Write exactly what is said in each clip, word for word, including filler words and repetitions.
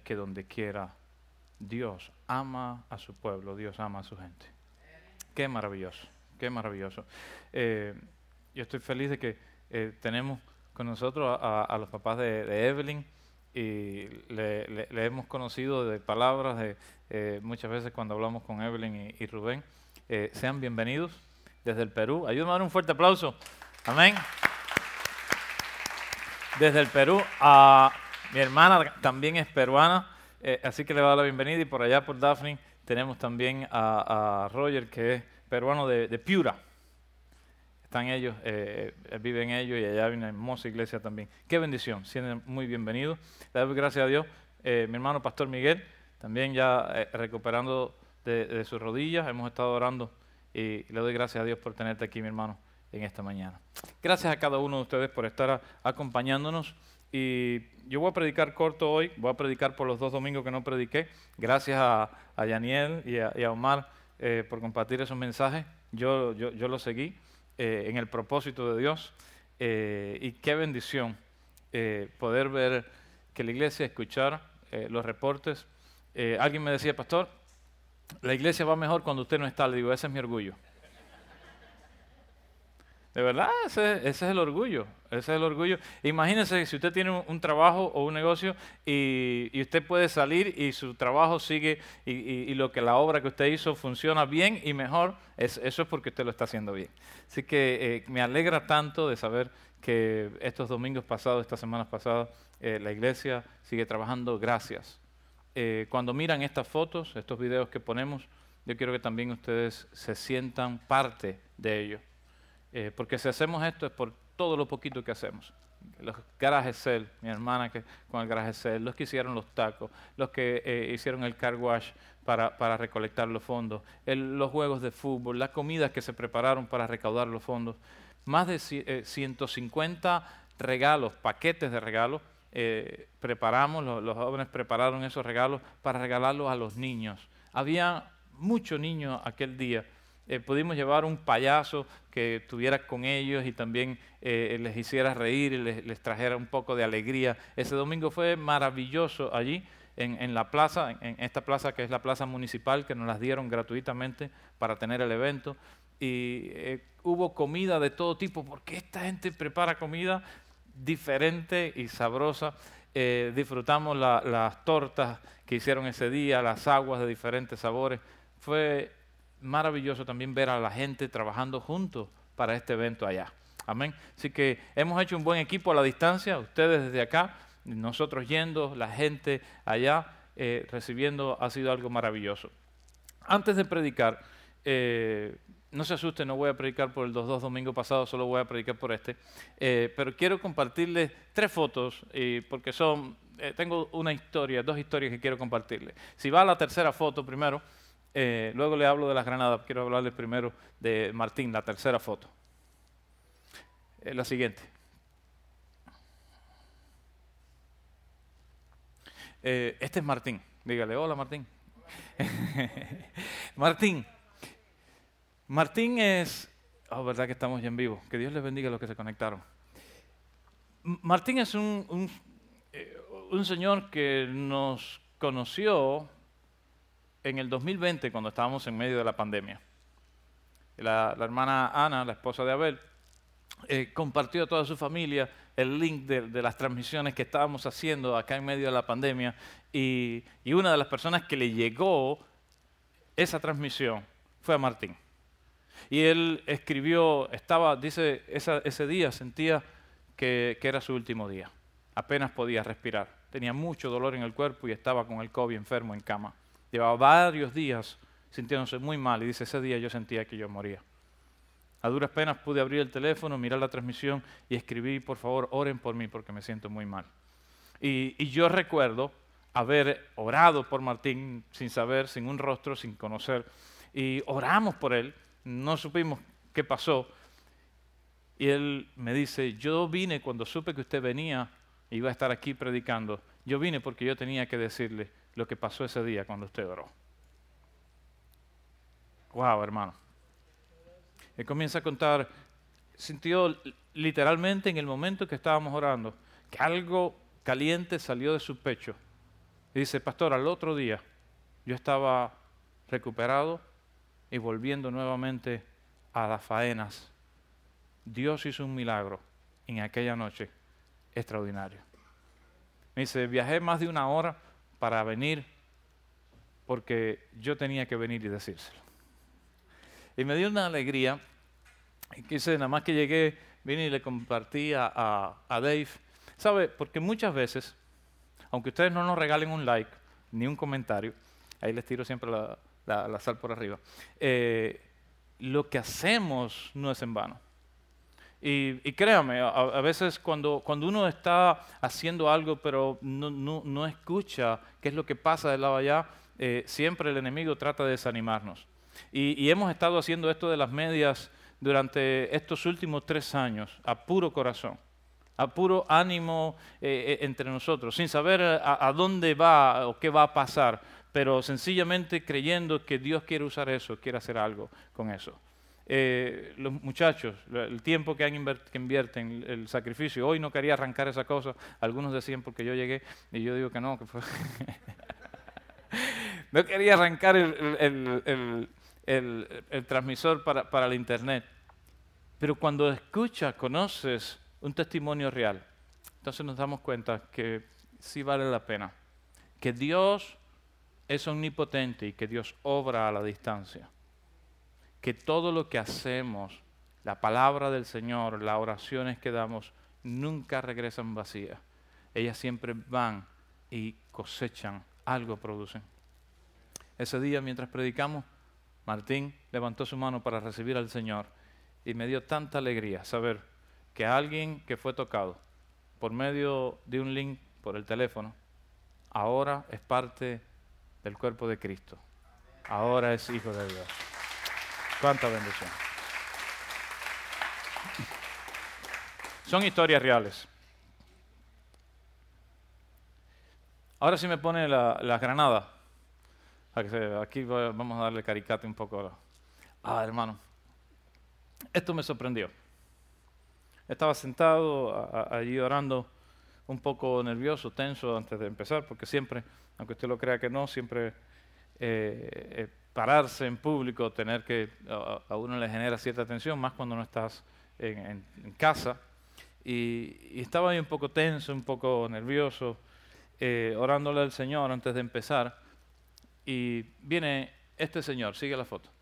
que donde quiera Dios ama a su pueblo, Dios ama a su gente. Qué maravilloso, qué maravilloso. Eh, yo estoy feliz de que eh, tenemos con nosotros a, a los papás de, de Evelyn y le, le, le hemos conocido de palabras de eh, muchas veces cuando hablamos con Evelyn y, y Rubén. Eh, sean bienvenidos desde el Perú. Ayúdame a dar un fuerte aplauso. Amén. Desde el Perú, a mi hermana también es peruana, eh, así que le voy a dar la bienvenida. Y por allá por Daphne tenemos también a, a Roger, que es peruano de, de Piura. Están ellos, eh, viven ellos y allá hay una hermosa iglesia también. Qué bendición, siendo muy bienvenidos. Le doy gracias a Dios. Eh, mi hermano Pastor Miguel, también ya eh, recuperando de, de sus rodillas, hemos estado orando y le doy gracias a Dios por tenerte aquí, mi hermano, en esta mañana. Gracias a cada uno de ustedes por estar a, acompañándonos. Y yo voy a predicar corto hoy, voy a predicar por los dos domingos que no prediqué. Gracias a, a Yaniel y a, y a Omar eh, por compartir esos mensajes. Yo, yo, yo los seguí. Eh, en el propósito de Dios, eh, y qué bendición eh, poder ver que la iglesia, escuchar eh, los reportes. Eh, alguien me decía, pastor, la iglesia va mejor cuando usted no está. Le digo, ese es mi orgullo. De verdad, ese, ese es el orgullo, ese es el orgullo. Imagínese si usted tiene un, un trabajo o un negocio y, y usted puede salir y su trabajo sigue y, y, y lo que la obra que usted hizo funciona bien y mejor, es, eso es porque usted lo está haciendo bien. Así que eh, me alegra tanto de saber que estos domingos pasados, estas semanas pasadas, eh, la iglesia sigue trabajando. Gracias. Eh, cuando miran estas fotos, estos videos que ponemos, yo quiero que también ustedes se sientan parte de ello. Eh, porque si hacemos esto es por todo lo poquito que hacemos. Los garaje sale, mi hermana que con el garaje sale, los que hicieron los tacos, los que eh, hicieron el car wash para, para recolectar los fondos, el, los juegos de fútbol, las comidas que se prepararon para recaudar los fondos. Más de eh, ciento cincuenta regalos, paquetes de regalos, eh, preparamos, los, los jóvenes prepararon esos regalos para regalarlos a los niños. Había muchos niños aquel día. Eh, pudimos llevar un payaso que estuviera con ellos y también eh, les hiciera reír y les, les trajera un poco de alegría. Ese domingo fue maravilloso allí en, en la plaza, en, en esta plaza que es la plaza municipal, que nos las dieron gratuitamente para tener el evento. Y eh, hubo comida de todo tipo, porque esta gente prepara comida diferente y sabrosa. Eh, disfrutamos la, las tortas que hicieron ese día, las aguas de diferentes sabores. Fue maravilloso también ver a la gente trabajando juntos para este evento allá. Amén. Así que hemos hecho un buen equipo a la distancia, ustedes desde acá, nosotros yendo, la gente allá eh, recibiendo, ha sido algo maravilloso. Antes de predicar, eh, no se asusten, no voy a predicar por los dos domingos pasados, solo voy a predicar por este, eh, pero quiero compartirles tres fotos, eh, porque son, eh, tengo una historia, dos historias que quiero compartirles. Si va a la tercera foto primero, Eh, luego le hablo de las granadas. Quiero hablarles primero de Martín, la tercera foto. Eh, la siguiente. Eh, este es Martín. Dígale, hola Martín. Martín. Martín es... Oh, verdad que estamos ya en vivo. Que Dios les bendiga a los que se conectaron. M- Martín es un, un, eh, un señor que nos conoció en el dos mil veinte, cuando estábamos en medio de la pandemia. La, la hermana Ana, la esposa de Abel, eh, compartió a toda su familia el link de, de las transmisiones que estábamos haciendo acá en medio de la pandemia, y, y una de las personas que le llegó esa transmisión fue a Martín. Y él escribió, estaba, dice, esa, ese día sentía que, que era su último día. Apenas podía respirar. Tenía mucho dolor en el cuerpo y estaba con el COVID enfermo en cama. Llevaba varios días sintiéndose muy mal y dice, ese día yo sentía que yo moría. A duras penas pude abrir el teléfono, mirar la transmisión y escribí, por favor, oren por mí porque me siento muy mal. Y, y yo recuerdo haber orado por Martín sin saber, sin un rostro, sin conocer. Y oramos por él, no supimos qué pasó. Y él me dice, yo vine cuando supe que usted venía e iba a estar aquí predicando. Yo vine porque yo tenía que decirle lo que pasó ese día cuando usted oró. Wow, hermano. Él comienza a contar, sintió literalmente en el momento que estábamos orando, que algo caliente salió de su pecho Y dice, pastor, al otro día yo estaba recuperado y volviendo nuevamente a las faenas. Dios hizo un milagro en aquella noche extraordinario. Me dice, viajé más de una hora para venir porque yo tenía que venir y decírselo. Y me dio una alegría. Y quise, nada más que llegué, vine y le compartí a, a, a Dave. ¿Sabe? Porque muchas veces, aunque ustedes no nos regalen un like ni un comentario, ahí les tiro siempre la, la, la sal por arriba, eh, lo que hacemos no es en vano. Y, y créame, a, a veces cuando, cuando uno está haciendo algo pero no, no, no escucha qué es lo que pasa del lado allá, eh, siempre el enemigo trata de desanimarnos. Y, y hemos estado haciendo esto de las medias durante estos últimos tres años a puro corazón, a puro ánimo eh, eh, entre nosotros, sin saber a, a dónde va o qué va a pasar, pero sencillamente creyendo que Dios quiere usar eso, quiere hacer algo con eso. Eh, los muchachos, el tiempo que, han inver- que invierten, el sacrificio, hoy no quería arrancar esa cosa, algunos decían porque yo llegué y yo digo que no, que fue no quería arrancar el, el, el, el, el transmisor para, para el internet, pero cuando escuchas, conoces un testimonio real, entonces nos damos cuenta que sí vale la pena, que Dios es omnipotente y que Dios obra a la distancia. Que todo lo que hacemos, la palabra del Señor, las oraciones que damos, nunca regresan vacías. Ellas siempre van y cosechan, algo producen. Ese día, mientras predicamos, Martín levantó su mano para recibir al Señor y me dio tanta alegría saber que alguien que fue tocado por medio de un link por el teléfono, ahora es parte del cuerpo de Cristo. Ahora es hijo de Dios. Cuánta bendición. Son historias reales. Ahora sí me pone la, la granada. Aquí vamos a darle caricate un poco. Ah, hermano. Esto me sorprendió. Estaba sentado a, a, allí orando, un poco nervioso, tenso antes de empezar, porque siempre, aunque usted lo crea que no, siempre eh, eh, pararse en público, tener que, a, a uno le genera cierta tensión, más cuando no estás en, en, en casa. Y, y estaba ahí un poco tenso, un poco nervioso, eh, orándole al Señor antes de empezar. Y viene este señor, sigue la foto.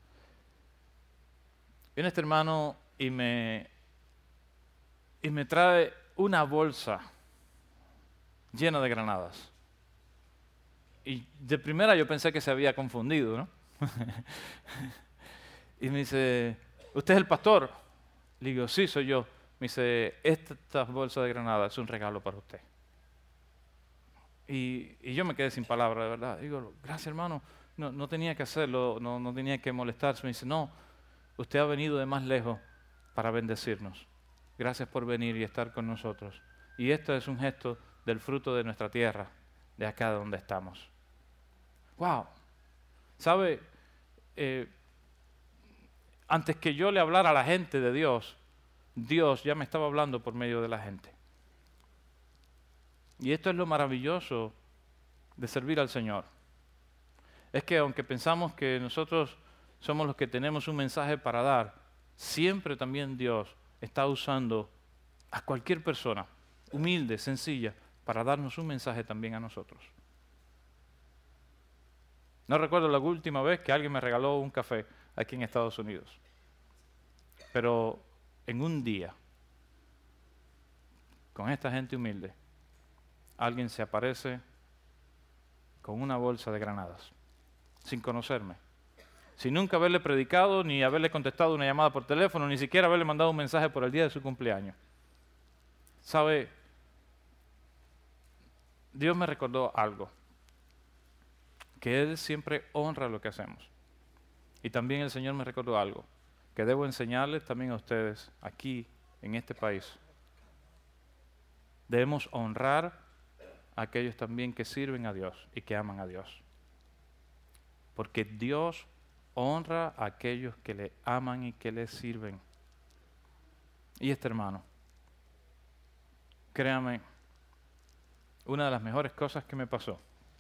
Viene este hermano y me, y me trae una bolsa llena de granadas. Y de primera yo pensé que se había confundido, ¿no? Y me dice, ¿usted es el pastor? Le digo, sí, soy yo. Me dice, esta bolsa de granadas es un regalo para usted. Y, y yo me quedé sin palabras, de verdad. Digo, gracias hermano, no, no tenía que hacerlo, no, no tenía que molestarse. Me dice, no, usted ha venido de más lejos para bendecirnos. Gracias por venir y estar con nosotros. Y esto es un gesto del fruto de nuestra tierra, de acá donde estamos. ¡Wow! ¿Sabe? Eh, antes que yo le hablara a la gente de Dios, Dios ya me estaba hablando por medio de la gente. Y esto es lo maravilloso de servir al Señor. Es que aunque pensamos que nosotros somos los que tenemos un mensaje para dar, siempre también Dios está usando a cualquier persona, humilde, sencilla, para darnos un mensaje también a nosotros. No recuerdo la última vez que alguien me regaló un café aquí en Estados Unidos. Pero en un día, con esta gente humilde, alguien se aparece con una bolsa de granadas, sin conocerme, sin nunca haberle predicado, ni haberle contestado una llamada por teléfono, ni siquiera haberle mandado un mensaje por el día de su cumpleaños. ¿Sabe? Dios me recordó algo, que Él siempre honra lo que hacemos. Y también el Señor me recordó algo, que debo enseñarles también a ustedes aquí, en este país. Debemos honrar a aquellos también que sirven a Dios y que aman a Dios. Porque Dios honra a aquellos que le aman y que le sirven. Y este hermano, créame, una de las mejores cosas que me pasó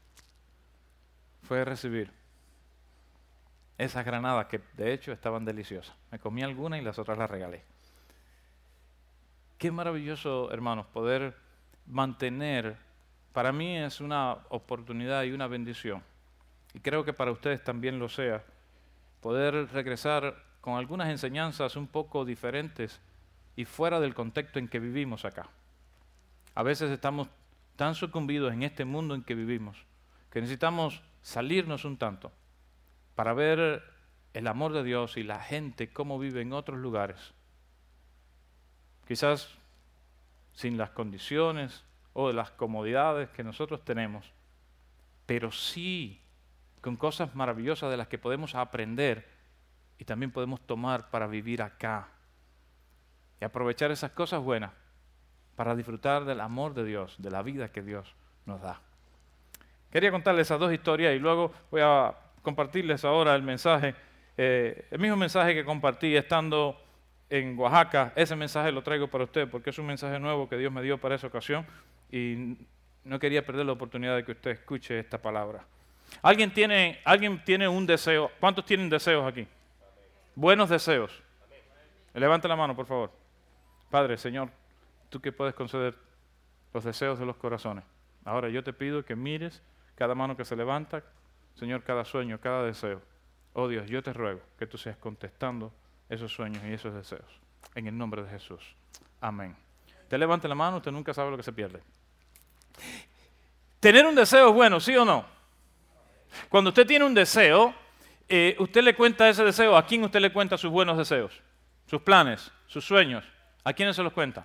fue recibir esas granadas que de hecho estaban deliciosas. Me comí algunas y las otras las regalé. Qué maravilloso, hermanos, poder mantener, para mí es una oportunidad y una bendición, y creo que para ustedes también lo sea, poder regresar con algunas enseñanzas un poco diferentes y fuera del contexto en que vivimos acá. A veces estamos tan sucumbidos en este mundo en que vivimos que necesitamos salirnos un tanto para ver el amor de Dios y la gente cómo vive en otros lugares. Quizás sin las condiciones o las comodidades que nosotros tenemos, pero sí con cosas maravillosas de las que podemos aprender y también podemos tomar para vivir acá y aprovechar esas cosas buenas para disfrutar del amor de Dios, de la vida que Dios nos da. Quería contarles esas dos historias y luego voy a compartirles ahora el mensaje, eh, el mismo mensaje que compartí estando en Oaxaca. Ese mensaje lo traigo para usted porque es un mensaje nuevo que Dios me dio para esa ocasión y no quería perder la oportunidad de que usted escuche esta palabra. ¿Alguien tiene, alguien tiene un deseo? ¿Cuántos tienen deseos aquí? Buenos deseos. Levante la mano, por favor. Padre, Señor, tú que puedes conceder los deseos de los corazones. Ahora yo te pido que mires cada mano que se levanta, Señor, cada sueño, cada deseo. Oh Dios, yo te ruego que tú seas contestando esos sueños y esos deseos. En el nombre de Jesús. Amén. Te levante la mano, usted nunca sabe lo que se pierde. Tener un deseo es bueno, ¿sí o no? Cuando usted tiene un deseo, eh, usted le cuenta ese deseo. ¿A quién usted le cuenta sus buenos deseos? Sus planes, sus sueños. ¿A quiénes se los cuenta?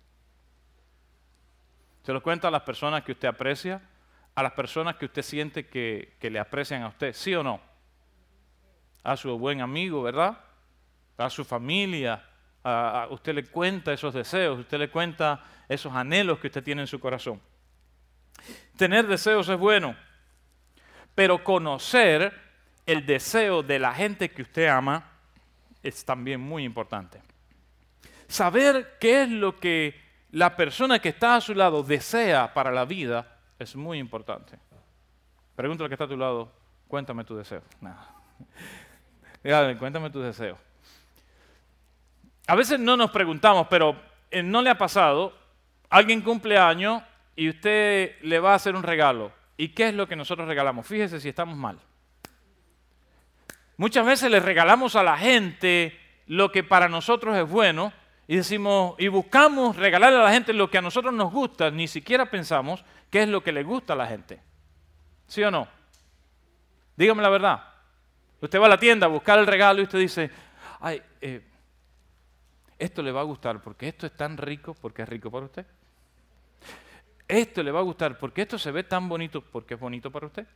Se los cuenta a las personas que usted aprecia, a las personas que usted siente que, que le aprecian a usted, ¿sí o no? A su buen amigo, ¿verdad? A su familia. A, a, usted le cuenta esos deseos, usted le cuenta esos anhelos que usted tiene en su corazón. Tener deseos es bueno, pero conocer el deseo de la gente que usted ama es también muy importante. Saber qué es lo que la persona que está a su lado desea para la vida es muy importante. Pregúntale al que está a tu lado, cuéntame tu deseo. No. Dígale, cuéntame tu deseo. A veces no nos preguntamos, pero eh, ¿no le ha pasado? Alguien cumple años y usted le va a hacer un regalo. ¿Y qué es lo que nosotros regalamos? Fíjese si estamos mal. Muchas veces le regalamos a la gente lo que para nosotros es bueno y decimos y buscamos regalarle a la gente lo que a nosotros nos gusta, ni siquiera pensamos qué es lo que le gusta a la gente. ¿Sí o no? Dígame la verdad. Usted va a la tienda a buscar el regalo y usted dice, ay, eh, esto le va a gustar porque esto es tan rico, porque es rico para usted. Esto le va a gustar porque esto se ve tan bonito, porque es bonito para usted.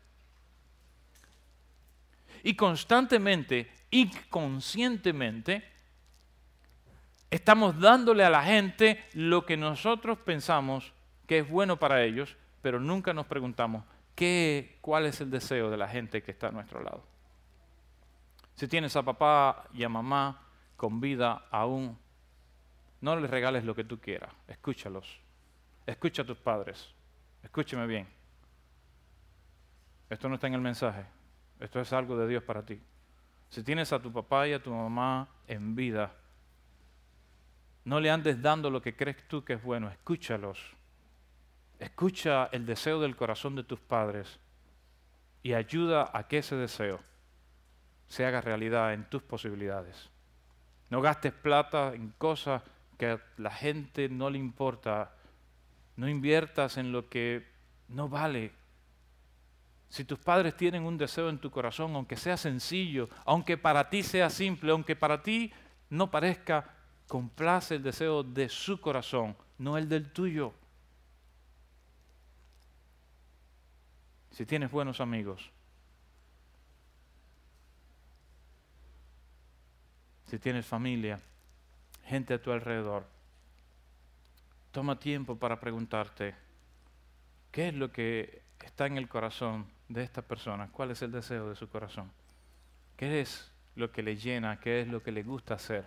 Y constantemente, inconscientemente, estamos dándole a la gente lo que nosotros pensamos que es bueno para ellos, pero nunca nos preguntamos qué, cuál es el deseo de la gente que está a nuestro lado. Si tienes a papá y a mamá con vida aún, no les regales lo que tú quieras, escúchalos. Escucha a tus padres, escúcheme bien. Esto no está en el mensaje, esto es algo de Dios para ti. Si tienes a tu papá y a tu mamá en vida, no le andes dando lo que crees tú que es bueno, escúchalos. Escucha el deseo del corazón de tus padres y ayuda a que ese deseo se haga realidad en tus posibilidades. No gastes plata en cosas que a la gente no le importa. No inviertas en lo que no vale. Si tus padres tienen un deseo en tu corazón, aunque sea sencillo, aunque para ti sea simple, aunque para ti no parezca, complace el deseo de su corazón, no el del tuyo. Si tienes buenos amigos, si tienes familia, gente a tu alrededor, toma tiempo para preguntarte, ¿qué es lo que está en el corazón de esta persona? ¿Cuál es el deseo de su corazón? ¿Qué es lo que le llena? ¿Qué es lo que le gusta hacer?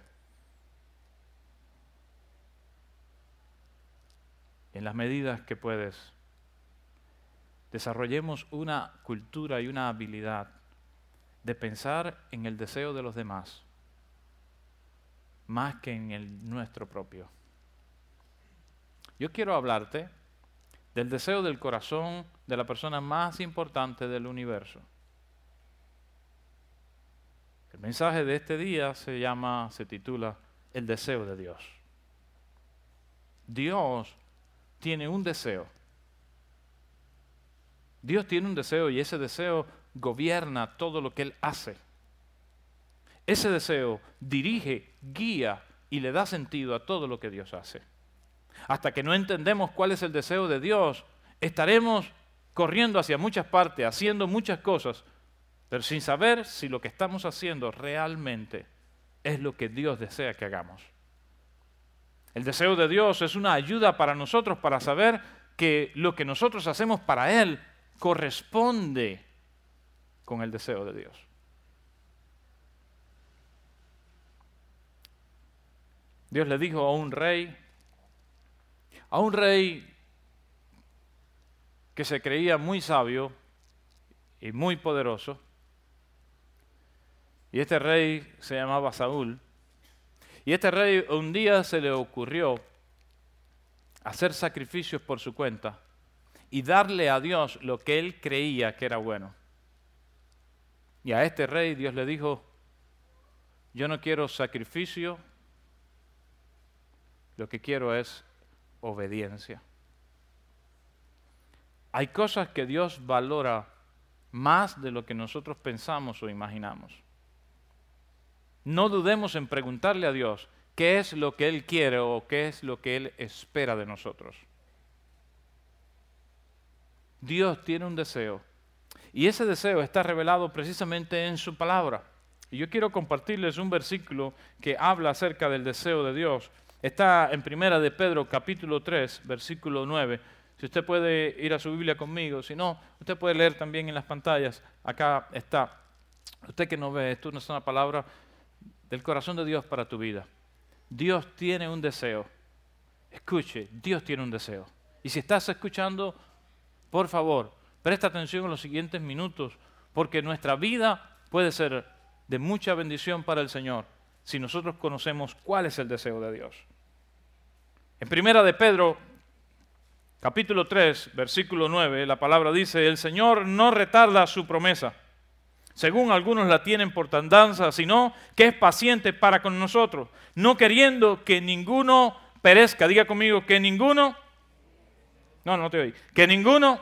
En las medidas que puedes, desarrollemos una cultura y una habilidad de pensar en el deseo de los demás más que en el nuestro propio. Yo quiero hablarte del deseo del corazón de la persona más importante del universo. El mensaje de este día se llama, se titula, El deseo de Dios. Dios tiene un deseo. Dios tiene un deseo y ese deseo gobierna todo lo que Él hace. Ese deseo dirige, guía y le da sentido a todo lo que Dios hace. Hasta que no entendemos cuál es el deseo de Dios, estaremos corriendo hacia muchas partes, haciendo muchas cosas, pero sin saber si lo que estamos haciendo realmente es lo que Dios desea que hagamos. El deseo de Dios es una ayuda para nosotros para saber que lo que nosotros hacemos para Él corresponde con el deseo de Dios. Dios le dijo a un rey, a un rey que se creía muy sabio y muy poderoso, y este rey se llamaba Saúl, y este rey un día se le ocurrió hacer sacrificios por su cuenta y darle a Dios lo que él creía que era bueno. Y a este rey Dios le dijo, yo no quiero sacrificio, lo que quiero es obediencia. Hay cosas que Dios valora más de lo que nosotros pensamos o imaginamos. No dudemos en preguntarle a Dios qué es lo que Él quiere o qué es lo que Él espera de nosotros. Dios tiene un deseo y ese deseo está revelado precisamente en su palabra. Y yo quiero compartirles un versículo que habla acerca del deseo de Dios. Está en Primera de Pedro, capítulo tres, versículo nueve. Si usted puede ir a su Biblia conmigo, si no, usted puede leer también en las pantallas. Acá está. Usted que no ve, esto no es una palabra del corazón de Dios para tu vida. Dios tiene un deseo. Escuche, Dios tiene un deseo. Y si estás escuchando, por favor, presta atención en los siguientes minutos, porque nuestra vida puede ser de mucha bendición para el Señor si nosotros conocemos cuál es el deseo de Dios. En Primera de Pedro, capítulo tres, versículo nueve, la palabra dice, el Señor no retarda su promesa, según algunos la tienen por tardanza, sino que es paciente para con nosotros, no queriendo que ninguno perezca. Diga conmigo, que ninguno, no, no te oí, que ninguno,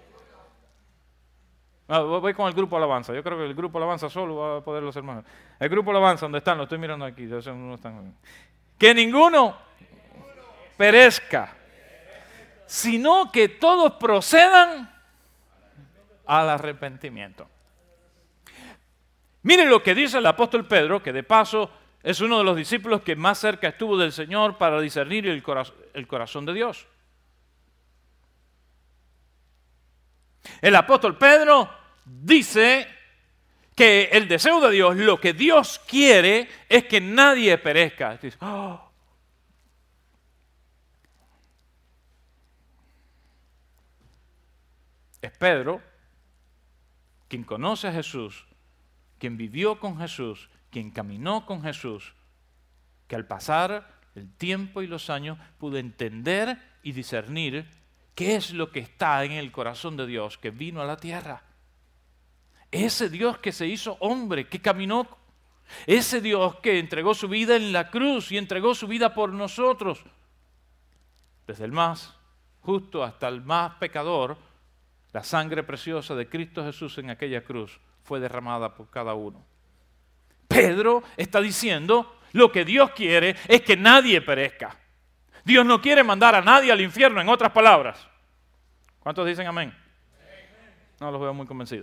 no, voy con el grupo alabanza, yo creo que el grupo alabanza solo va a poder los hermanos. El grupo alabanza, ¿dónde están? Lo estoy mirando aquí, no están. Que ninguno perezca, sino que todos procedan al arrepentimiento. Miren lo que dice el apóstol Pedro, que de paso es uno de los discípulos que más cerca estuvo del Señor para discernir el, coraz- el corazón de Dios. El apóstol Pedro dice que el deseo de Dios, lo que Dios quiere, es que nadie perezca. Dice, oh. Es Pedro quien conoce a Jesús, quien vivió con Jesús, quien caminó con Jesús, que al pasar el tiempo y los años pudo entender y discernir qué es lo que está en el corazón de Dios que vino a la tierra. Ese Dios que se hizo hombre, que caminó, ese Dios que entregó su vida en la cruz y entregó su vida por nosotros, desde el más justo hasta el más pecador, la sangre preciosa de Cristo Jesús en aquella cruz fue derramada por cada uno. Pedro está diciendo, lo que Dios quiere es que nadie perezca. Dios no quiere mandar a nadie al infierno, en otras palabras. ¿Cuántos dicen amén? No los veo muy convencidos.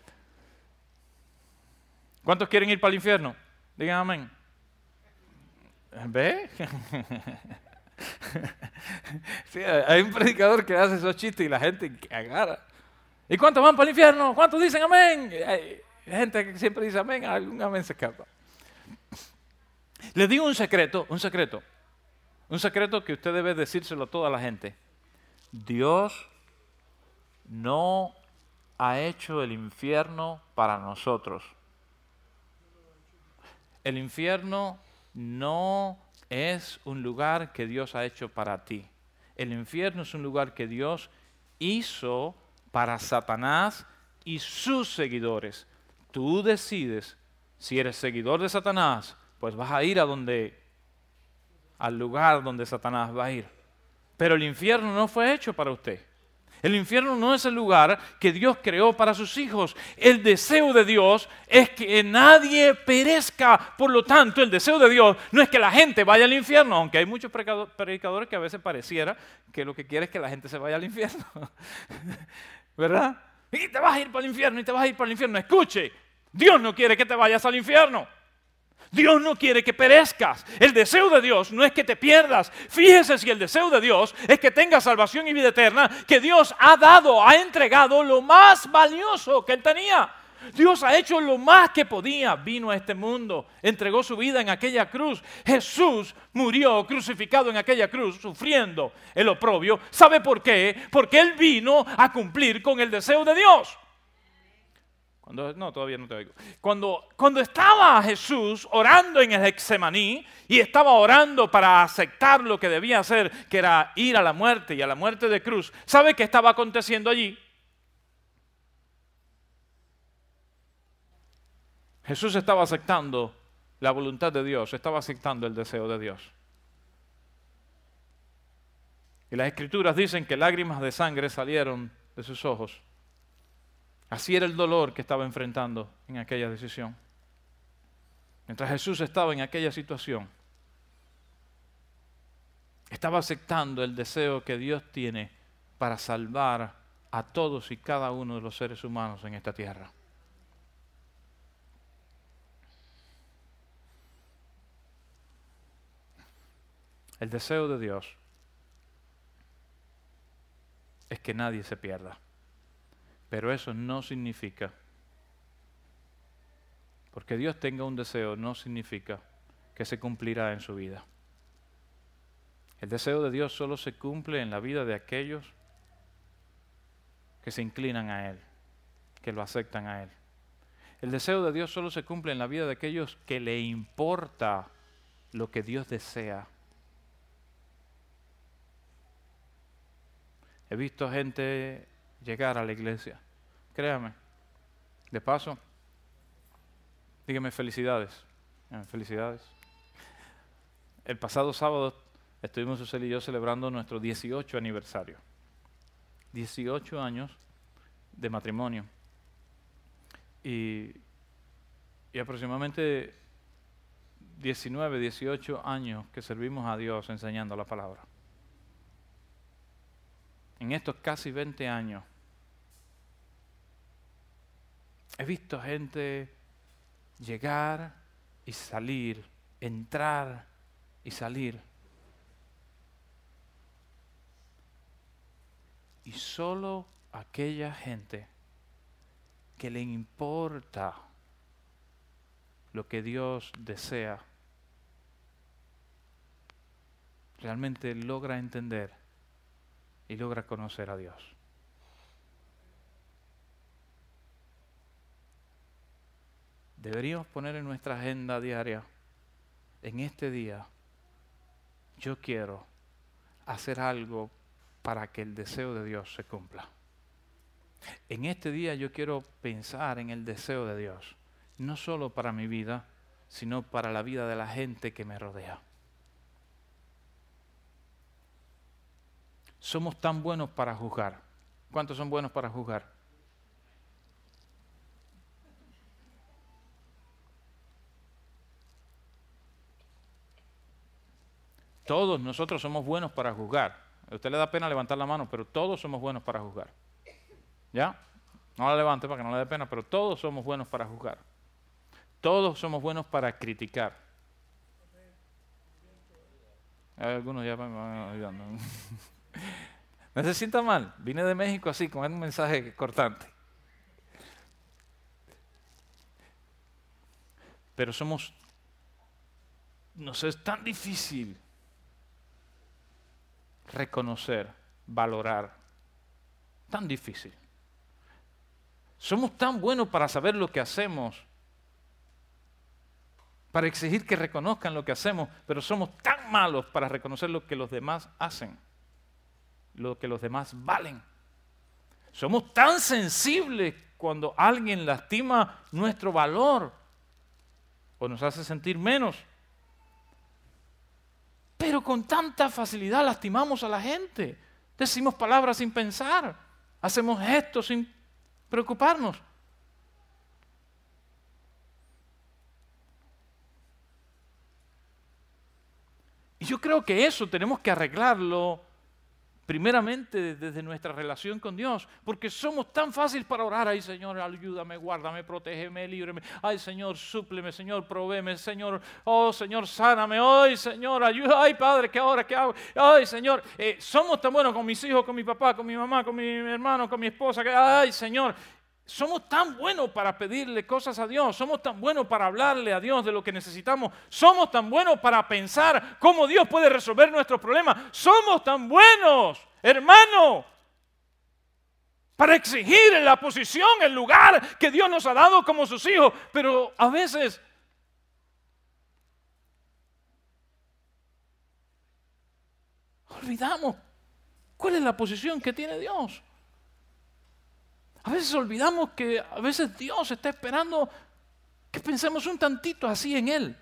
¿Cuántos quieren ir para el infierno? Digan amén. ¿Ve? Sí, hay un predicador que hace esos chistes y la gente agarra. ¿Y cuántos van para el infierno? ¿Cuántos dicen amén? Hay gente que siempre dice amén, algún amén se escapa. Les digo un secreto, un secreto, un secreto que usted debe decírselo a toda la gente. Dios no ha hecho el infierno para nosotros. El infierno no es un lugar que Dios ha hecho para ti. El infierno es un lugar que Dios hizo para Satanás y sus seguidores. Tú decides, si eres seguidor de Satanás, pues vas a ir a donde, al lugar donde Satanás va a ir. Pero el infierno no fue hecho para usted. El infierno no es el lugar que Dios creó para sus hijos. El deseo de Dios es que nadie perezca. Por lo tanto, el deseo de Dios no es que la gente vaya al infierno, aunque hay muchos predicadores que a veces pareciera que lo que quiere es que la gente se vaya al infierno. ¿Verdad? Y te vas a ir para el infierno, y te vas a ir para el infierno. Escuche, Dios no quiere que te vayas al infierno. Dios no quiere que perezcas. El deseo de Dios no es que te pierdas. Fíjese si el deseo de Dios es que tengas salvación y vida eterna, que Dios ha dado, ha entregado lo más valioso que Él tenía. Dios ha hecho lo más que podía. Vino a este mundo, entregó su vida en aquella cruz. Jesús murió crucificado en aquella cruz, sufriendo el oprobio. ¿Sabe por qué? Porque Él vino a cumplir con el deseo de Dios. Cuando, no, todavía no te oigo. Cuando, cuando estaba Jesús orando en el Getsemaní y estaba orando para aceptar lo que debía hacer, que era ir a la muerte y a la muerte de cruz, ¿sabe qué estaba aconteciendo allí? Jesús estaba aceptando la voluntad de Dios, estaba aceptando el deseo de Dios. Y las Escrituras dicen que lágrimas de sangre salieron de sus ojos. Así era el dolor que estaba enfrentando en aquella decisión. Mientras Jesús estaba en aquella situación, estaba aceptando el deseo que Dios tiene para salvar a todos y cada uno de los seres humanos en esta tierra. El deseo de Dios es que nadie se pierda. Pero eso no significa, porque Dios tenga un deseo, no significa que se cumplirá en su vida. El deseo de Dios solo se cumple en la vida de aquellos que se inclinan a Él, que lo aceptan a Él. El deseo de Dios solo se cumple en la vida de aquellos que le importa lo que Dios desea. He visto gente llegar a la iglesia. Créame. De paso, dígame felicidades. Felicidades. El pasado sábado estuvimos Susel y yo celebrando nuestro dieciocho aniversario. dieciocho años de matrimonio. Y, y aproximadamente diecinueve, dieciocho años que servimos a Dios enseñando la palabra. En estos casi veinte años, he visto gente llegar y salir, entrar y salir. Y solo aquella gente que le importa lo que Dios desea, realmente logra entender y logra conocer a Dios. Deberíamos poner en nuestra agenda diaria, en este día, yo quiero hacer algo para que el deseo de Dios se cumpla. En este día yo quiero pensar en el deseo de Dios, no solo para mi vida, sino para la vida de la gente que me rodea. Somos tan buenos para juzgar. ¿Cuántos son buenos para juzgar? Todos nosotros somos buenos para juzgar. A usted le da pena levantar la mano, pero todos somos buenos para juzgar. ¿Ya? No la levante para que no le dé pena, pero todos somos buenos para juzgar. Todos somos buenos para criticar. Hay algunos ya me van ayudando. No se sienta mal. Vine de México así, con un mensaje cortante. Pero somos, nos es tan difícil reconocer, valorar tan difícil. Somos tan buenos para saber lo que hacemos, para exigir que reconozcan lo que hacemos, pero somos tan malos para reconocer lo que los demás hacen, lo que los demás valen. Somos tan sensibles cuando alguien lastima nuestro valor o nos hace sentir menos. Pero con tanta facilidad lastimamos a la gente. Decimos palabras sin pensar, hacemos gestos sin preocuparnos. Y yo creo que eso tenemos que arreglarlo primeramente desde nuestra relación con Dios, porque somos tan fáciles para orar. Ay, Señor, ayúdame, guárdame, protégeme, líbreme. Ay, Señor, súpleme, Señor, provéeme, Señor. Oh, Señor, sáname. Ay, Señor, ayuda. Ay, Padre, ¿qué ahora? ¿Qué hago? Ay, Señor, eh, somos tan buenos con mis hijos, con mi papá, con mi mamá, con mi hermano, con mi esposa. Que, ay, Señor, somos tan buenos para pedirle cosas a Dios, somos tan buenos para hablarle a Dios de lo que necesitamos, somos tan buenos para pensar cómo Dios puede resolver nuestros problemas, somos tan buenos, hermano, para exigir en la posición, el lugar que Dios nos ha dado como sus hijos, pero a veces olvidamos cuál es la posición que tiene Dios. A veces olvidamos que a veces Dios está esperando que pensemos un tantito así en Él.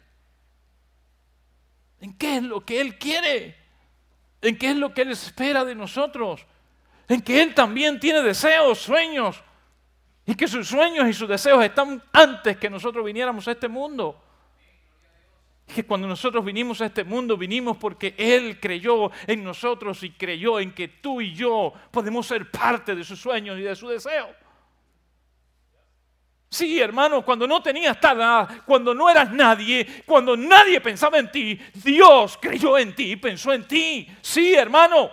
¿En qué es lo que Él quiere? ¿En qué es lo que Él espera de nosotros? En que Él también tiene deseos, sueños, y que sus sueños y sus deseos están antes que nosotros viniéramos a este mundo. Y que cuando nosotros vinimos a este mundo, vinimos porque Él creyó en nosotros y creyó en que tú y yo podemos ser parte de sus sueños y de su deseo. Sí, hermano, cuando no tenías nada, cuando no eras nadie, cuando nadie pensaba en ti, Dios creyó en ti y pensó en ti. Sí, hermano.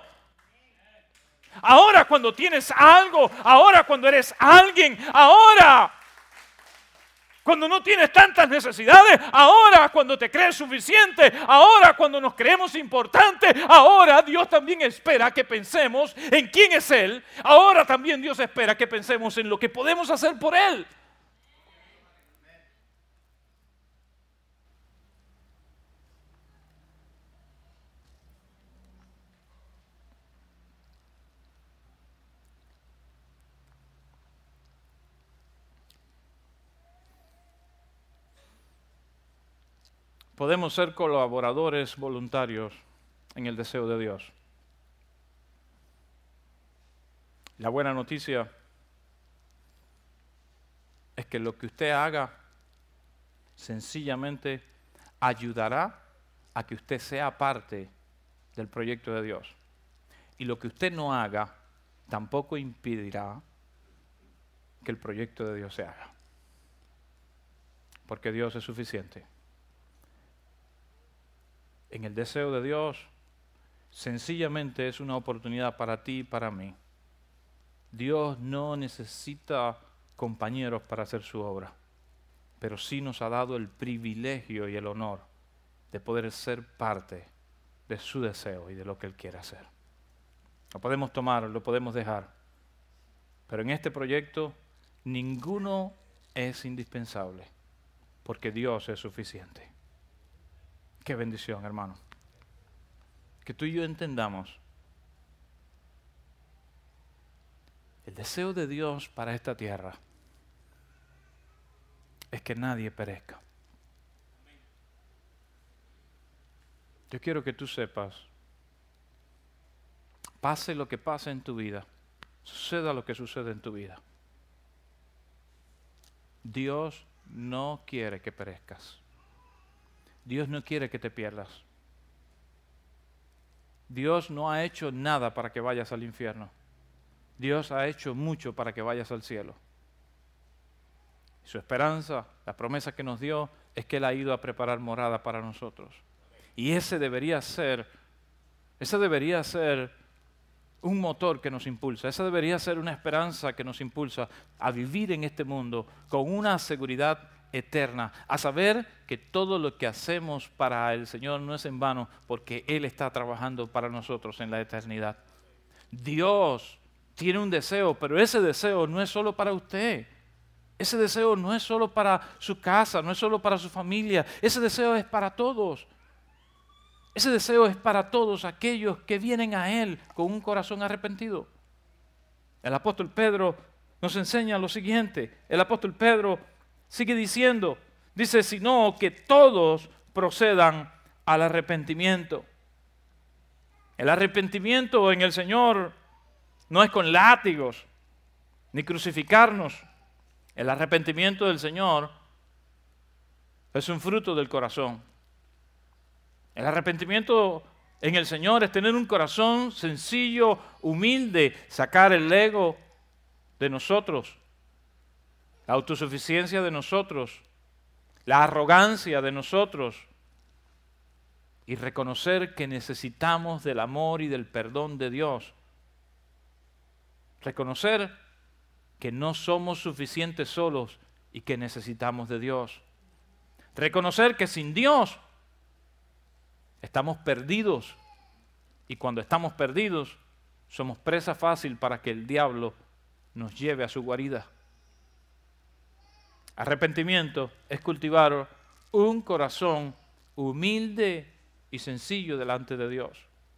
Ahora cuando tienes algo, ahora cuando eres alguien, ahora cuando no tienes tantas necesidades, ahora cuando te crees suficiente, ahora cuando nos creemos importantes, ahora Dios también espera que pensemos en quién es Él. Ahora también Dios espera que pensemos en lo que podemos hacer por Él. Podemos ser colaboradores voluntarios en el deseo de Dios. La buena noticia es que lo que usted haga sencillamente ayudará a que usted sea parte del proyecto de Dios. Y lo que usted no haga tampoco impedirá que el proyecto de Dios se haga. Porque Dios es suficiente. En el deseo de Dios, sencillamente es una oportunidad para ti y para mí. Dios no necesita compañeros para hacer su obra, pero sí nos ha dado el privilegio y el honor de poder ser parte de su deseo y de lo que Él quiere hacer. Lo podemos tomar, lo podemos dejar, pero en este proyecto ninguno es indispensable, porque Dios es suficiente. Qué bendición, hermano. Que tú y yo entendamos el deseo de Dios para esta tierra es que nadie perezca. Yo quiero que tú sepas, pase lo que pase en tu vida, suceda lo que suceda en tu vida, Dios no quiere que perezcas. Dios no quiere que te pierdas. Dios no ha hecho nada para que vayas al infierno. Dios ha hecho mucho para que vayas al cielo. Su esperanza, la promesa que nos dio, es que Él ha ido a preparar morada para nosotros. Y ese debería ser, ese debería ser un motor que nos impulsa. Esa debería ser una esperanza que nos impulsa a vivir en este mundo con una seguridad eterna, a saber que todo lo que hacemos para el Señor no es en vano, porque Él está trabajando para nosotros en la eternidad. Dios tiene un deseo, pero ese deseo no es solo para usted. Ese deseo no es solo para su casa, no es solo para su familia. Ese deseo es para todos. Ese deseo es para todos aquellos que vienen a Él con un corazón arrepentido. El apóstol Pedro nos enseña lo siguiente. El apóstol Pedro sigue diciendo, dice, sino que todos procedan al arrepentimiento. El arrepentimiento en el Señor no es con látigos, ni crucificarnos. El arrepentimiento del Señor es un fruto del corazón. El arrepentimiento en el Señor es tener un corazón sencillo, humilde, sacar el ego de nosotros, la autosuficiencia de nosotros, la arrogancia de nosotros y reconocer que necesitamos del amor y del perdón de Dios. Reconocer que no somos suficientes solos y que necesitamos de Dios. Reconocer que sin Dios estamos perdidos y cuando estamos perdidos somos presa fácil para que el diablo nos lleve a su guarida. Arrepentimiento es cultivar un corazón humilde y sencillo delante de Dios.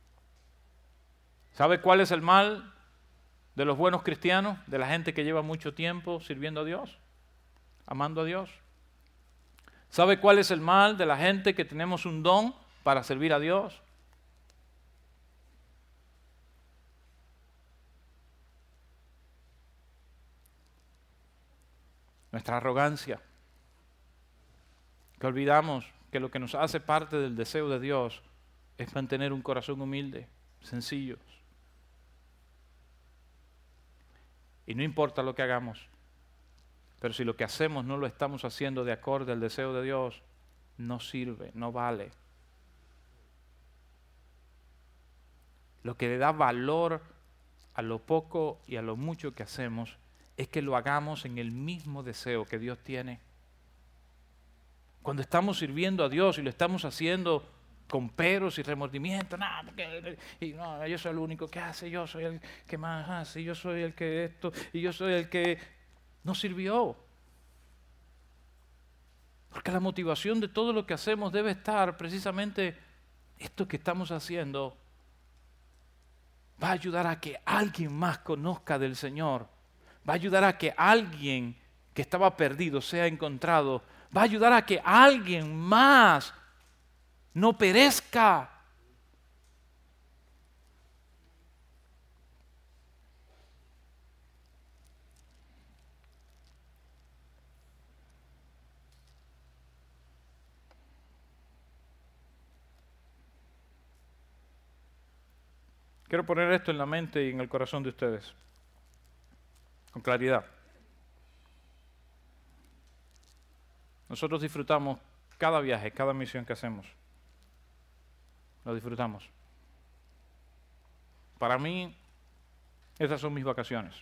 ¿Sabe cuál es el mal de los buenos cristianos, de la gente que lleva mucho tiempo sirviendo a Dios, amando a Dios? ¿Sabe cuál es el mal de la gente que tenemos un don para servir a Dios? Nuestra arrogancia, que olvidamos que lo que nos hace parte del deseo de Dios es mantener un corazón humilde, sencillo. Y no importa lo que hagamos, pero si lo que hacemos no lo estamos haciendo de acuerdo al deseo de Dios, no sirve, no vale. Lo que le da valor a lo poco y a lo mucho que hacemos es que lo hagamos en el mismo deseo que Dios tiene. Cuando estamos sirviendo a Dios y lo estamos haciendo con peros y remordimientos, no, porque, y no, yo soy el único que hace, yo soy el que más hace, yo soy el que esto, y yo soy el que no sirvió. Porque la motivación de todo lo que hacemos debe estar precisamente esto que estamos haciendo. Va a ayudar a que alguien más conozca del Señor. Va a ayudar a que alguien que estaba perdido sea encontrado. Va a ayudar a que alguien más no perezca. Quiero poner esto en la mente y en el corazón de ustedes, con claridad. Nosotros disfrutamos cada viaje, cada misión que hacemos. Lo disfrutamos. Para mí, esas son mis vacaciones.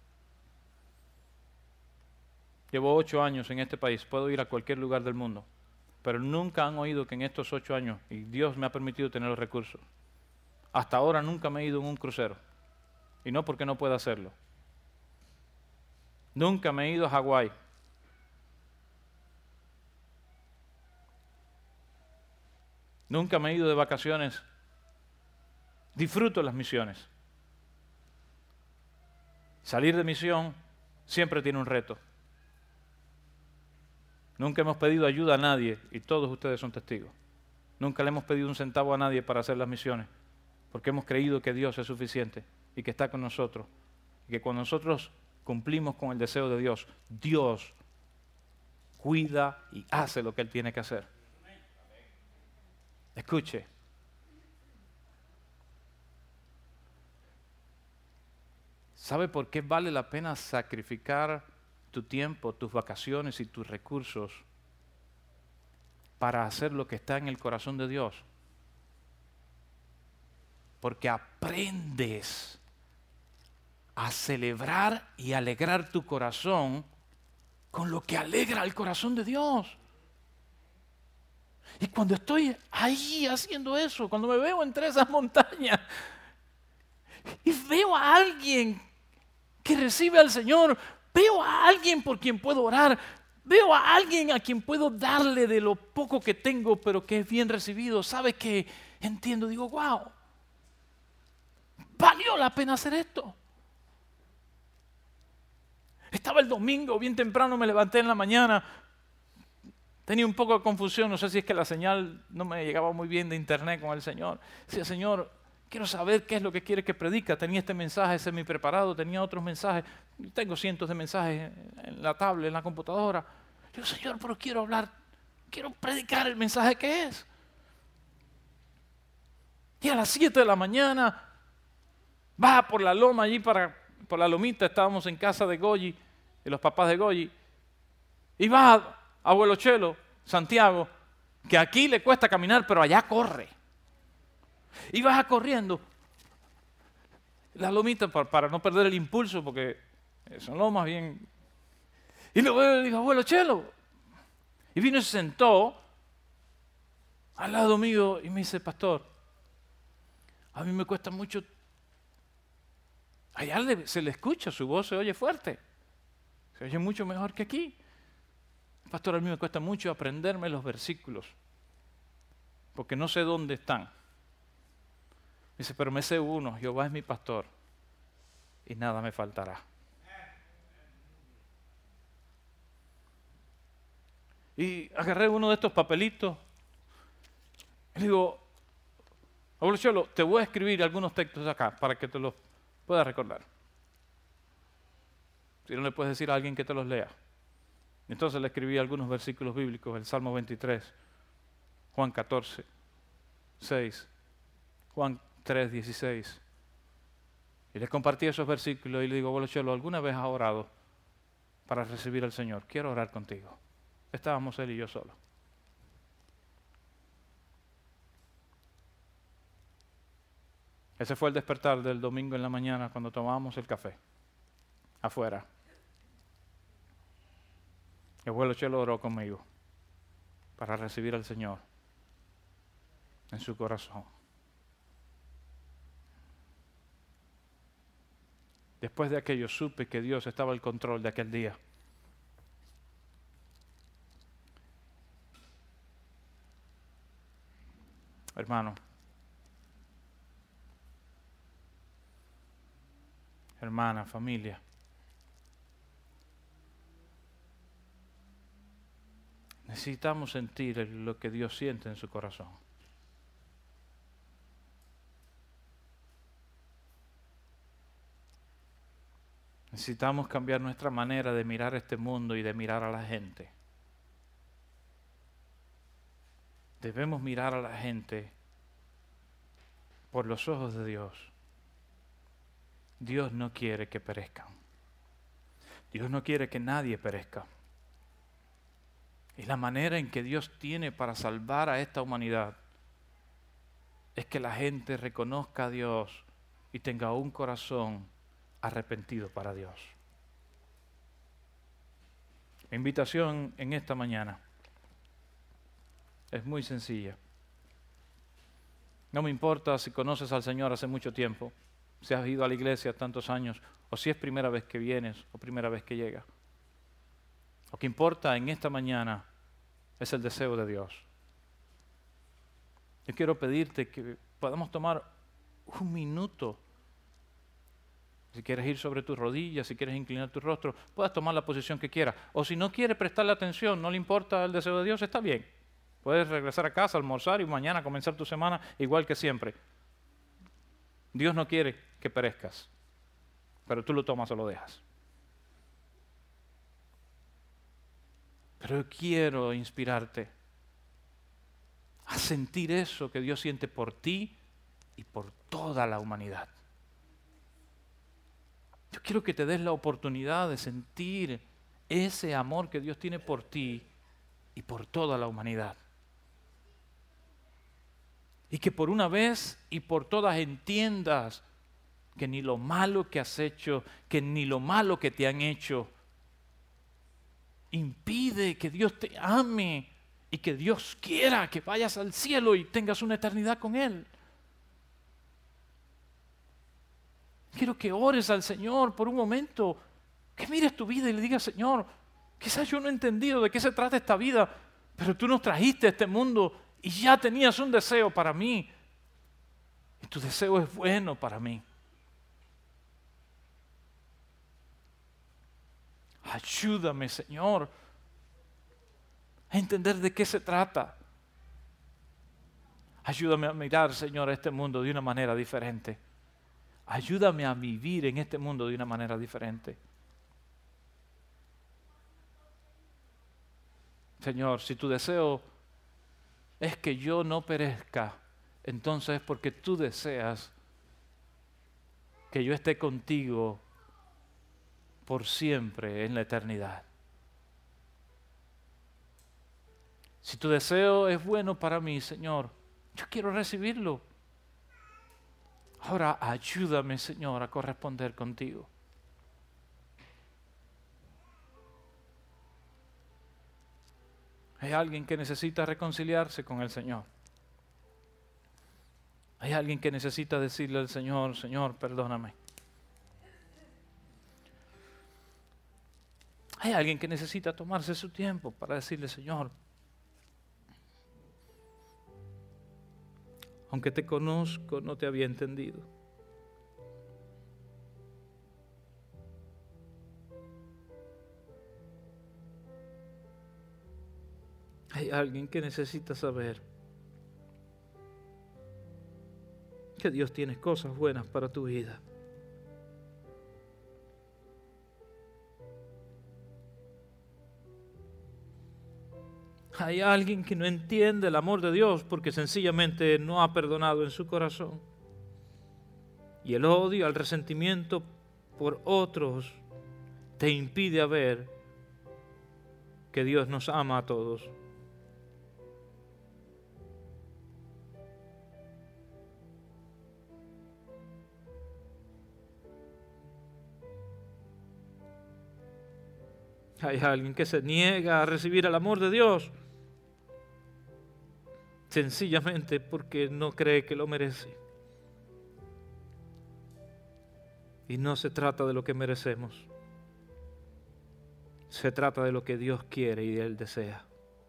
Llevo ocho años en este país, puedo ir a cualquier lugar del mundo, pero nunca han oído que en estos ocho años, y Dios me ha permitido tener los recursos, hasta ahora nunca me he ido en un crucero, y no porque no pueda hacerlo. Nunca me he ido a Hawái. Nunca me he ido de vacaciones. Disfruto las misiones. Salir de misión siempre tiene un reto. Nunca hemos pedido ayuda a nadie, y todos ustedes son testigos. Nunca le hemos pedido un centavo a nadie para hacer las misiones, porque hemos creído que Dios es suficiente y que está con nosotros. Y que cuando nosotros cumplimos con el deseo de Dios, Dios cuida y hace lo que Él tiene que hacer. Escuche. ¿Sabe por qué vale la pena sacrificar tu tiempo, tus vacaciones y tus recursos para hacer lo que está en el corazón de Dios? Porque aprendes a celebrar y alegrar tu corazón con lo que alegra el corazón de Dios. Y cuando estoy ahí haciendo eso, cuando me veo entre esas montañas y veo a alguien que recibe al Señor, veo a alguien por quien puedo orar, veo a alguien a quien puedo darle de lo poco que tengo, pero que es bien recibido. ¿Sabe qué? Entiendo, digo, wow, valió la pena hacer esto. Estaba el domingo, bien temprano me levanté en la mañana. Tenía un poco de confusión, no sé si es que la señal no me llegaba muy bien de internet con el Señor. Decía, Señor, quiero saber qué es lo que quiere que predica. Tenía este mensaje semi preparado, tenía otros mensajes. Tengo cientos de mensajes en la tablet, en la computadora. Digo, Señor, pero quiero hablar, quiero predicar el mensaje que es. Y a las siete de la mañana, baja por la loma allí, para, por la lomita, estábamos en casa de Goyi, de los papás de Goyi, y baja Abuelo Chelo, Santiago, que aquí le cuesta caminar, pero allá corre. Y baja corriendo la lomita para, para no perder el impulso, porque son lomas bien. Y lo veo y le digo, Abuelo Chelo. Y vino y se sentó al lado mío y me dice, pastor, a mí me cuesta mucho. Allá le, se le escucha, su voz se oye fuerte. Se oye mucho mejor que aquí. Pastor, a mí me cuesta mucho aprenderme los versículos, porque no sé dónde están. Dice, pero me sé uno, Jehová es mi pastor y nada me faltará. Y agarré uno de estos papelitos y le digo, Abuelo Chelo, te voy a escribir algunos textos acá para que te los puedas recordar. Si no le puedes decir a alguien que te los lea. Entonces le escribí algunos versículos bíblicos, el Salmo veintitrés, Juan catorce, seis, Juan tres, dieciséis. Y le compartí esos versículos y le digo, Abuelo Chelo, ¿alguna vez has orado para recibir al Señor? Quiero orar contigo. Estábamos él y yo solos. Ese fue el despertar del domingo en la mañana cuando tomábamos el café afuera. El abuelo Chelo oró conmigo para recibir al Señor en su corazón. Después de aquello supe que Dios estaba al control de aquel día. Hermano, hermana, familia, necesitamos sentir lo que Dios siente en su corazón. Necesitamos cambiar nuestra manera de mirar este mundo y de mirar a la gente. Debemos mirar a la gente por los ojos de Dios. Dios no quiere que perezcan. Dios no quiere que nadie perezca. Y la manera en que Dios tiene para salvar a esta humanidad es que la gente reconozca a Dios y tenga un corazón arrepentido para Dios. Mi invitación en esta mañana es muy sencilla. No me importa si conoces al Señor hace mucho tiempo, si has ido a la iglesia tantos años, o si es primera vez que vienes o primera vez que llegas. Lo que importa en esta mañana es el deseo de Dios. Yo quiero pedirte que podamos tomar un minuto. Si quieres ir sobre tus rodillas, si quieres inclinar tu rostro, puedes tomar la posición que quieras. O si no quieres prestarle atención, no le importa el deseo de Dios, está bien. Puedes regresar a casa, almorzar y mañana comenzar tu semana igual que siempre. Dios no quiere que perezcas, pero tú lo tomas o lo dejas. Pero yo quiero inspirarte a sentir eso que Dios siente por ti y por toda la humanidad. Yo quiero que te des la oportunidad de sentir ese amor que Dios tiene por ti y por toda la humanidad. Y que por una vez y por todas entiendas que ni lo malo que has hecho, que ni lo malo que te han hecho, impide que Dios te ame y que Dios quiera que vayas al cielo y tengas una eternidad con Él. quiero que ores al Señor por un momento, que mires tu vida y le digas, Señor, quizás yo no he entendido de qué se trata esta vida, pero tú nos trajiste a este mundo y ya tenías un deseo para mí. Y tu deseo es bueno para mí. Ayúdame, Señor, a entender de qué se trata. Ayúdame a mirar, Señor, a este mundo de una manera diferente. Ayúdame a vivir en este mundo de una manera diferente. Señor, si tu deseo es que yo no perezca, entonces es porque tú deseas que yo esté contigo por siempre en la eternidad. Si tu deseo es bueno para mí, Señor, yo quiero recibirlo. Ahora ayúdame, Señor, a corresponder contigo. Hay alguien que necesita reconciliarse con el Señor. Hay alguien que necesita decirle al Señor, Señor, perdóname. Hay alguien que necesita tomarse su tiempo para decirle, Señor, aunque te conozco, no te había entendido. Hay alguien que necesita saber que Dios tiene cosas buenas para tu vida. Hay alguien que no entiende el amor de Dios porque sencillamente no ha perdonado en su corazón. Y el odio, el resentimiento por otros te impide ver que Dios nos ama a todos. Hay alguien que se niega a recibir el amor de Dios sencillamente porque no cree que lo merece. Y no se trata de lo que merecemos. Se trata de lo que Dios quiere y Él desea.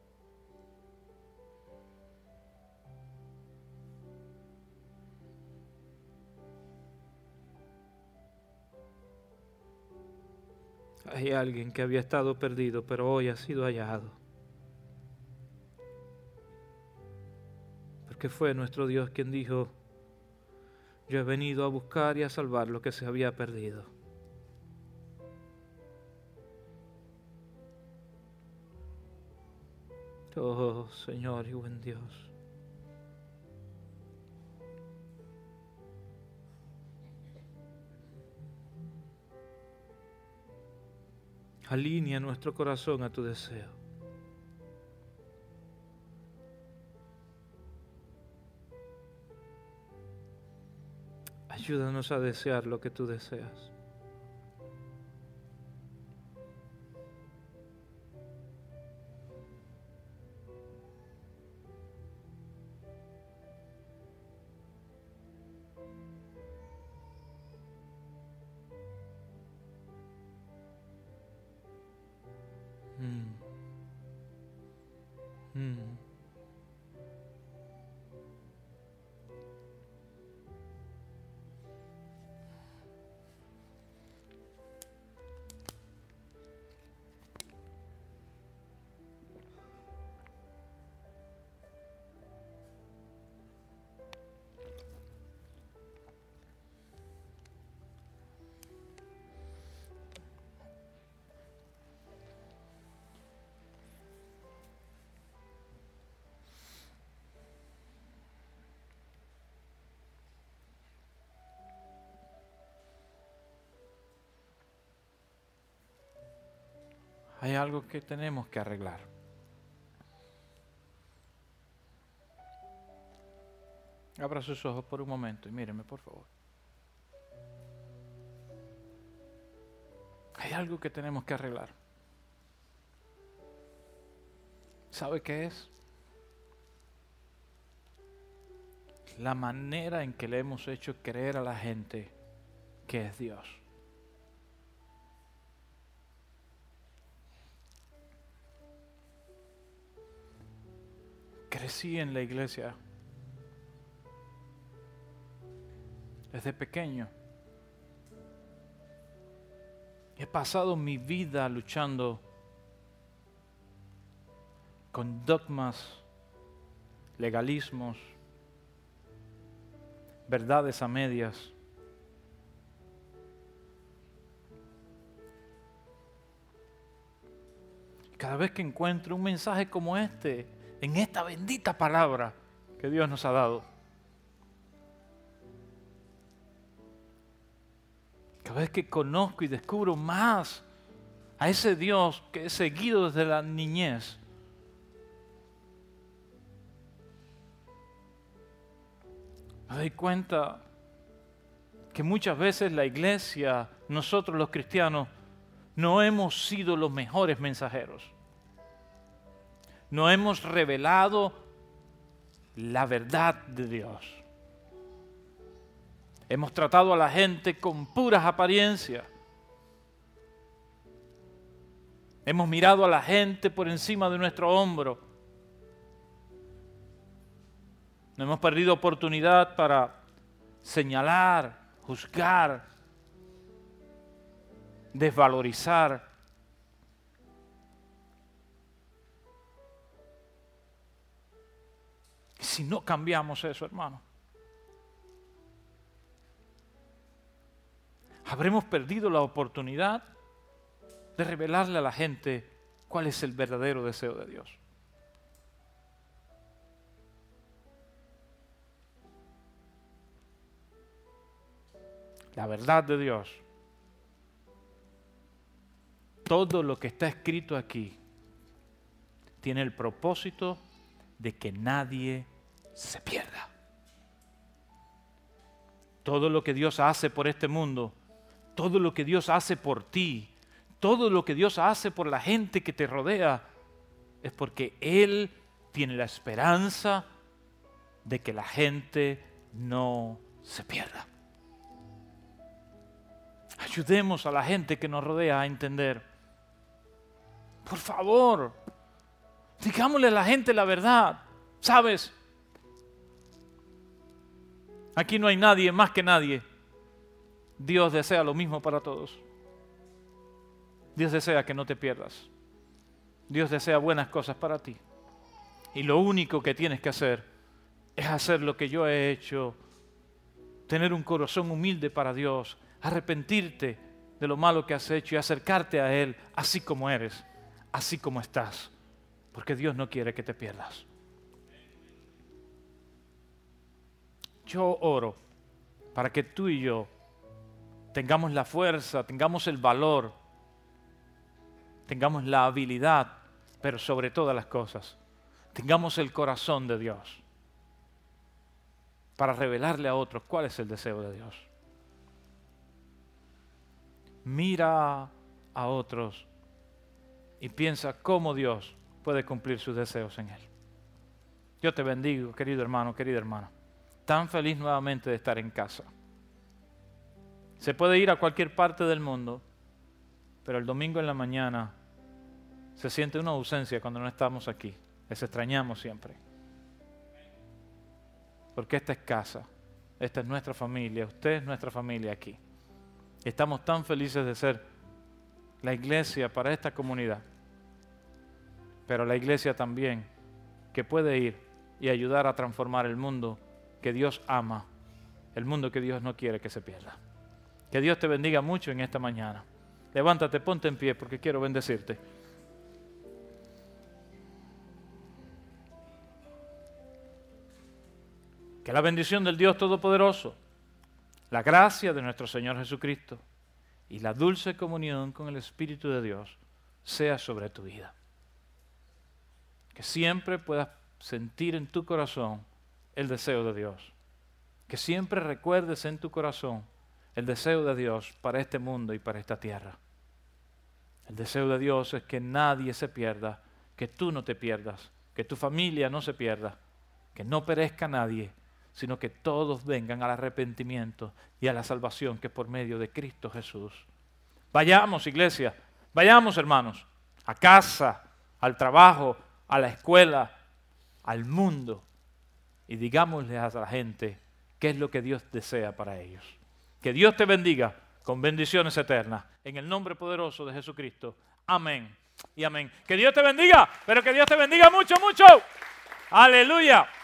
Hay alguien que había estado perdido, pero hoy ha sido hallado. Porque fue nuestro Dios quien dijo, yo he venido a buscar y a salvar lo que se había perdido. Oh, Señor y buen Dios. Alinea nuestro corazón a tu deseo. Ayúdanos a desear lo que tú deseas. Mm. Mm. Hay algo que tenemos que arreglar. Abra sus ojos por un momento y míreme, por favor. Hay algo que tenemos que arreglar. ¿Sabe qué es? La manera en que le hemos hecho creer a la gente que es Dios. Crecí en la iglesia desde pequeño. He pasado mi vida luchando con dogmas, legalismos, verdades a medias. Cada vez que encuentro un mensaje como este, en esta bendita palabra que Dios nos ha dado, cada vez que conozco y descubro más a ese Dios que he seguido desde la niñez, me doy cuenta que muchas veces la iglesia, nosotros los cristianos, no hemos sido los mejores mensajeros. No hemos revelado la verdad de Dios. Hemos tratado a la gente con puras apariencias. Hemos mirado a la gente por encima de nuestro hombro. No hemos perdido oportunidad para señalar, juzgar, desvalorizar. Si no cambiamos eso, hermano, habremos perdido la oportunidad de revelarle a la gente cuál es el verdadero deseo de Dios. La verdad de Dios. Todo lo que está escrito aquí tiene el propósito de que nadie se pierda. Todo lo que Dios hace por este mundo, todo lo que Dios hace por ti, todo lo que Dios hace por la gente que te rodea, es porque Él tiene la esperanza de que la gente no se pierda. Ayudemos a la gente que nos rodea a entender. Por favor, digámosle a la gente la verdad. ¿Sabes? Aquí no hay nadie más que nadie. Dios desea lo mismo para todos. Dios desea que no te pierdas. Dios desea buenas cosas para ti. Y lo único que tienes que hacer es hacer lo que yo he hecho. Tener un corazón humilde para Dios. Arrepentirte de lo malo que has hecho y acercarte a Él así como eres, así como estás. Porque Dios no quiere que te pierdas. Yo oro para que tú y yo tengamos la fuerza, tengamos el valor, tengamos la habilidad, pero sobre todas las cosas, tengamos el corazón de Dios para revelarle a otros cuál es el deseo de Dios. Mira a otros y piensa cómo Dios puede cumplir sus deseos en Él. Yo te bendigo, querido hermano, querida hermana. Tan feliz nuevamente de estar en casa. Se puede ir a cualquier parte del mundo, pero el domingo en la mañana se siente una ausencia cuando no estamos aquí. Les extrañamos siempre. Porque esta es casa, esta es nuestra familia, usted es nuestra familia aquí. Estamos tan felices de ser la iglesia para esta comunidad, pero la iglesia también que puede ir y ayudar a transformar el mundo que Dios ama, el mundo que Dios no quiere que se pierda. Que Dios te bendiga mucho en esta mañana. Levántate, ponte en pie porque quiero bendecirte. Que la bendición del Dios Todopoderoso, la gracia de nuestro Señor Jesucristo y la dulce comunión con el Espíritu de Dios sea sobre tu vida. Que siempre puedas sentir en tu corazón el deseo de Dios. Que siempre recuerdes en tu corazón el deseo de Dios para este mundo y para esta tierra. El deseo de Dios es que nadie se pierda, que tú no te pierdas, que tu familia no se pierda, que no perezca nadie, sino que todos vengan al arrepentimiento y a la salvación que es por medio de Cristo Jesús. Vayamos, iglesia, vayamos, hermanos, a casa, al trabajo, a la escuela, al mundo, y digámosle a la gente qué es lo que Dios desea para ellos. Que Dios te bendiga con bendiciones eternas. En el nombre poderoso de Jesucristo. Amén y amén. Que Dios te bendiga, pero que Dios te bendiga mucho, mucho. Aleluya.